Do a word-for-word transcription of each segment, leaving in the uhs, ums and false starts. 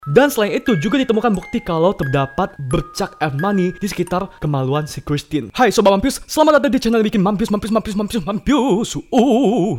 Dan selain itu juga ditemukan bukti kalau terdapat bercak air mani di sekitar kemaluan si Christine. Hai Sobat Mampius, selamat datang di channel bikin Mampius, Mampius, Mampius, Mampius, Mampius. Uh.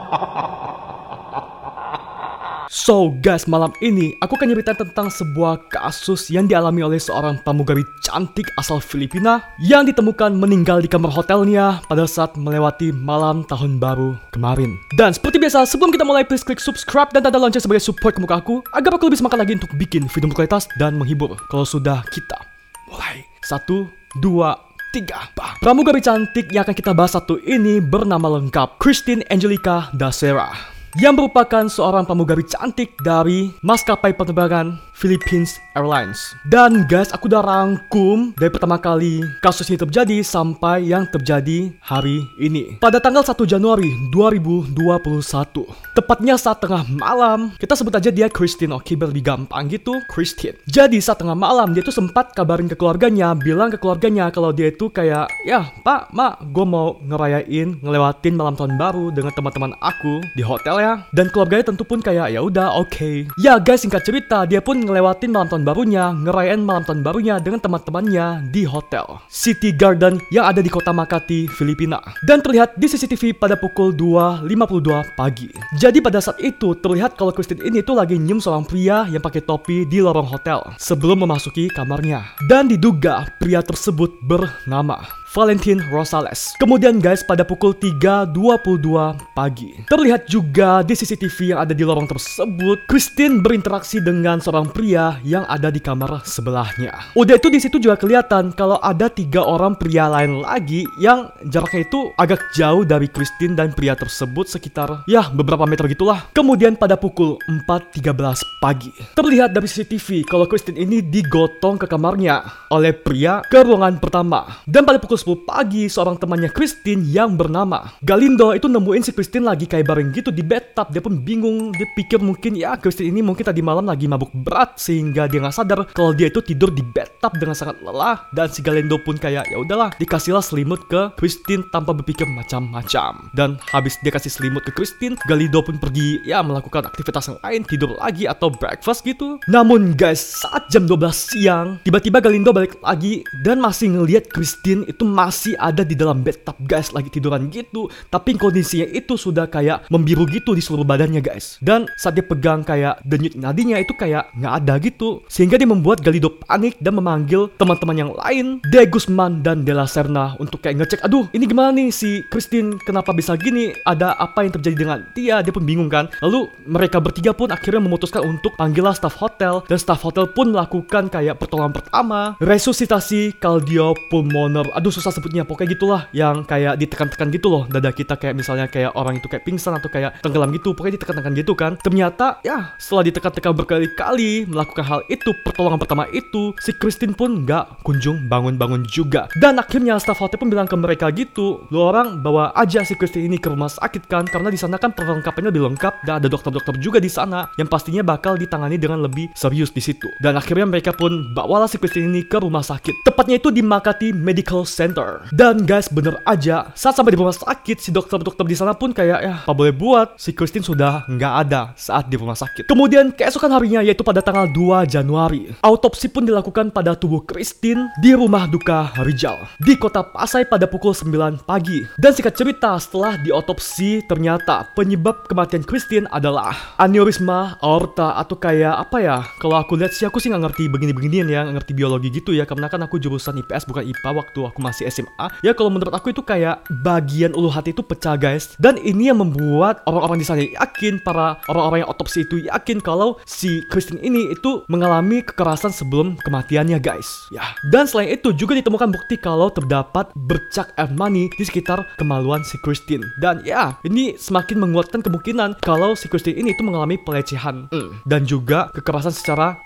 So guys, malam ini aku akan nyeritain tentang sebuah kasus yang dialami oleh seorang pramugari cantik asal Filipina yang ditemukan meninggal di kamar hotelnya pada saat melewati malam tahun baru kemarin. Dan seperti biasa, sebelum kita mulai, please klik subscribe dan tanda lonceng sebagai support ke muka aku agar aku lebih semangat lagi untuk bikin video berkualitas dan menghibur. Kalau sudah, kita mulai. Satu, dua, tiga. Pramugari cantik yang akan kita bahas satu ini bernama lengkap Christine Angelica Dacera, yang merupakan seorang pramugari cantik dari maskapai penerbangan Philippines Airlines. Dan guys, aku udah rangkum dari pertama kali kasus ini terjadi sampai yang terjadi hari ini pada tanggal satu Januari dua ribu dua puluh satu. Tepatnya saat tengah malam, kita sebut aja dia Christine, oke, biar lebih gampang gitu, Christine. Jadi saat tengah malam dia tuh sempat kabarin ke keluarganya, bilang ke keluarganya kalau dia itu kayak, ya pak, mak, gue mau ngerayain, ngelewatin malam tahun baru dengan teman-teman aku di hotel ya. Dan keluarganya tentu pun kayak, ya udah, oke. Okay. Ya guys, singkat cerita, dia pun ngelewatin malam tahun barunya, ngerayain malam tahun barunya dengan teman-temannya di hotel City Garden yang ada di kota Makati, Filipina. Dan terlihat di C C T V pada pukul dua lima puluh dua pagi. Jadi pada saat itu terlihat kalau Christine ini tuh lagi nyium seorang pria yang pakai topi di lorong hotel sebelum memasuki kamarnya. Dan diduga pria tersebut bernama Valentin Rosales. Kemudian guys, pada pukul tiga dua puluh dua pagi terlihat juga di C C T V yang ada di lorong tersebut Christine berinteraksi dengan seorang pria yang ada di kamar sebelahnya. Udah itu di situ juga kelihatan kalau ada tiga orang pria lain lagi yang jaraknya itu agak jauh dari Christine dan pria tersebut, sekitar ya beberapa meter gitulah. Kemudian pada pukul empat tiga belas pagi terlihat dari C C T V kalau Christine ini digotong ke kamarnya oleh pria ke ruangan pertama. Dan pada pukul sepuluh pagi, seorang temannya Christine yang bernama Galindo itu nemuin si Christine lagi kayak bareng gitu di bathtub. Dia pun bingung, dia pikir mungkin ya Christine ini mungkin tadi malam lagi mabuk berat sehingga dia nggak sadar kalau dia itu tidur di bathtub dengan sangat lelah. Dan si Galindo pun kayak, ya udahlah, dikasihlah selimut ke Christine tanpa berpikir macam-macam. Dan habis dia kasih selimut ke Christine, Galindo pun pergi ya melakukan aktivitas yang lain, tidur lagi atau breakfast gitu. Namun guys, saat jam dua belas siang tiba-tiba Galindo balik lagi dan masih ngelihat Christine itu masih ada di dalam bathtub guys, lagi tiduran gitu. Tapi kondisinya itu sudah kayak membiru gitu di seluruh badannya guys. Dan saat dia pegang kayak denyut nadinya itu kayak nggak ada gitu, sehingga dia membuat Galindo panik dan memanggil teman-teman yang lain, De Guzman dan De La Serna, untuk kayak ngecek, aduh ini gimana nih si Christine, kenapa bisa gini, ada apa yang terjadi dengan dia. Dia pun bingung kan. Lalu mereka bertiga pun akhirnya memutuskan untuk panggillah staff hotel, dan staff hotel pun melakukan kayak pertolongan pertama, resusitasi kardiopulmoner, aduh susah sebutnya, pokoknya gitulah, yang kayak ditekan-tekan gitu loh dada kita, kayak misalnya kayak orang itu kayak pingsan atau kayak tenggelam gitu, pokoknya ditekan-tekan gitu kan. Ternyata ya setelah ditekan-tekan berkali-kali melakukan hal itu, pertolongan pertama itu, si Christine pun nggak kunjung bangun-bangun juga. Dan akhirnya staff hotel pun bilang ke mereka gitu, lo orang bawa aja si Christine ini ke rumah sakit kan, karena di sana kan perlengkapannya lebih lengkap dan ada dokter-dokter juga di sana yang pastinya bakal ditangani dengan lebih serius di situ. Dan akhirnya mereka pun bawalah si Christine ini ke rumah sakit, tepatnya itu di Makati Medical Center. Dan guys, bener aja, saat sampai di rumah sakit, si dokter-dokter di sana pun kayak, ya apa boleh buat, si Christine sudah nggak ada saat di rumah sakit. Kemudian keesokan harinya, yaitu pada tanggal dua Januari, autopsi pun dilakukan pada tubuh Christine di rumah duka Rizal di kota Pasay pada pukul sembilan pagi. Dan singkat cerita, setelah diotopsi ternyata penyebab kematian Christine adalah aneurisma aorta, atau kayak apa ya, kalau aku lihat sih, aku sih nggak ngerti begini-beginian ya, nggak ngerti biologi gitu ya, karena kan aku jurusan I P S bukan I P A waktu aku masih S M A. Ya kalau menurut aku itu kayak bagian ulu hati itu pecah guys. Dan ini yang membuat orang-orang di sana yakin, para orang-orang yang otopsi itu yakin kalau si Christine ini itu mengalami kekerasan sebelum kematiannya guys. Ya. Dan selain itu juga ditemukan bukti kalau terdapat bercak air mani di sekitar kemaluan si Christine. Dan ya, ini semakin menguatkan kemungkinan kalau si Christine ini itu mengalami pelecehan mm. dan juga kekerasan secara mm.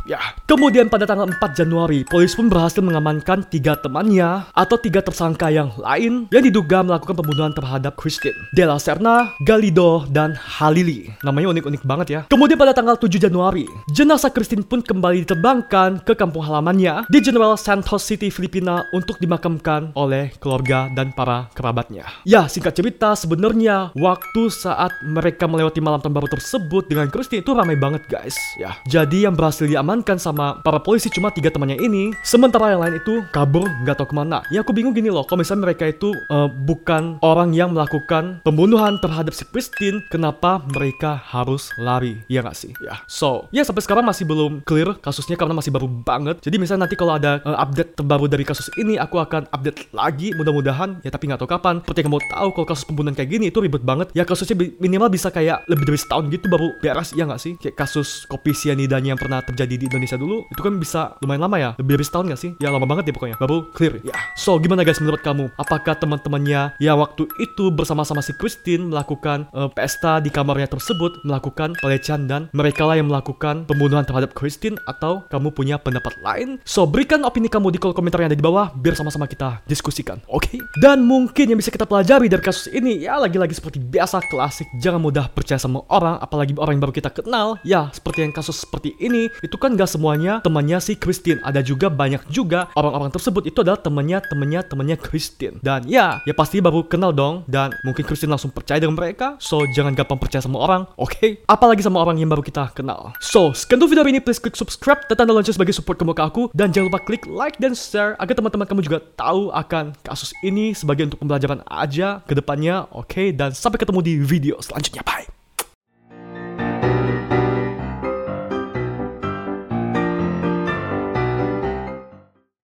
Ya, kemudian pada tanggal empat Januari, polisi pun berhasil mengamankan tiga temannya atau tiga tersangka yang lain yang diduga melakukan pembunuhan terhadap Christine, Della Serna, Galindo, dan Halili. Namanya unik-unik banget ya. Kemudian pada tanggal tujuh Januari, jenazah Christine pun kembali diterbangkan ke kampung halamannya di General Santos City, Filipina untuk dimakamkan oleh keluarga dan para kerabatnya. Ya, singkat cerita, sebenarnya waktu saat mereka melewati malam tahun baru tersebut dengan Christine itu ramai banget guys. Ya, jadi yang berhasil diamankan sama para polisi cuma tiga temannya ini, sementara yang lain itu kabur nggak tahu kemana. Ya aku bingung gini loh, kalau misalnya mereka itu uh, bukan orang yang melakukan pembunuhan terhadap si Christine, kenapa mereka harus lari? Ya nggak sih? Ya, so ya sampai sekarang masih belum clear kasusnya karena masih baru banget. Jadi misalnya nanti kalau ada uh, update terbaru dari kasus ini, aku akan update lagi mudah-mudahan. Ya tapi nggak tahu kapan. Seperti kamu tahu kalau kasus pembunuhan kayak gini itu ribet banget. Ya kasusnya minimal bisa kayak lebih dari setahun gitu baru beres. Ya nggak sih? Kayak kasus kopi cyanidanya yang pernah terjadi di Indonesia dulu, itu kan bisa lumayan lama ya, lebih dari setahun gak sih? Ya lama banget ya pokoknya, baru clear ya. So gimana guys menurut kamu? Apakah teman-temannya yang waktu itu bersama-sama si Christine melakukan uh, pesta di kamarnya tersebut, melakukan pelecehan dan mereka lah yang melakukan pembunuhan terhadap Christine, atau kamu punya pendapat lain? So berikan opini kamu di kolom komentar yang ada di bawah biar sama-sama kita diskusikan, oke? Okay? Dan mungkin yang bisa kita pelajari dari kasus ini, ya lagi-lagi seperti biasa klasik, jangan mudah percaya sama orang, apalagi orang yang baru kita kenal. Ya seperti yang kasus seperti ini, itu kan gak semuanya temannya si Christine. Ada juga banyak juga orang-orang tersebut itu adalah temannya temannya temannya Christine. Dan ya, ya pasti baru kenal dong. Dan mungkin Christine langsung percaya dengan mereka. So jangan gampang percaya sama orang, oke? Okay? Apalagi sama orang yang baru kita kenal. So sekian dulu video ini, please klik subscribe dan tanda lonceng sebagai support kamu ke aku. Dan jangan lupa klik like dan share agar teman-teman kamu juga tahu akan kasus ini sebagai untuk pembelajaran aja ke depannya, oke? Okay? Dan sampai ketemu di video selanjutnya, bye.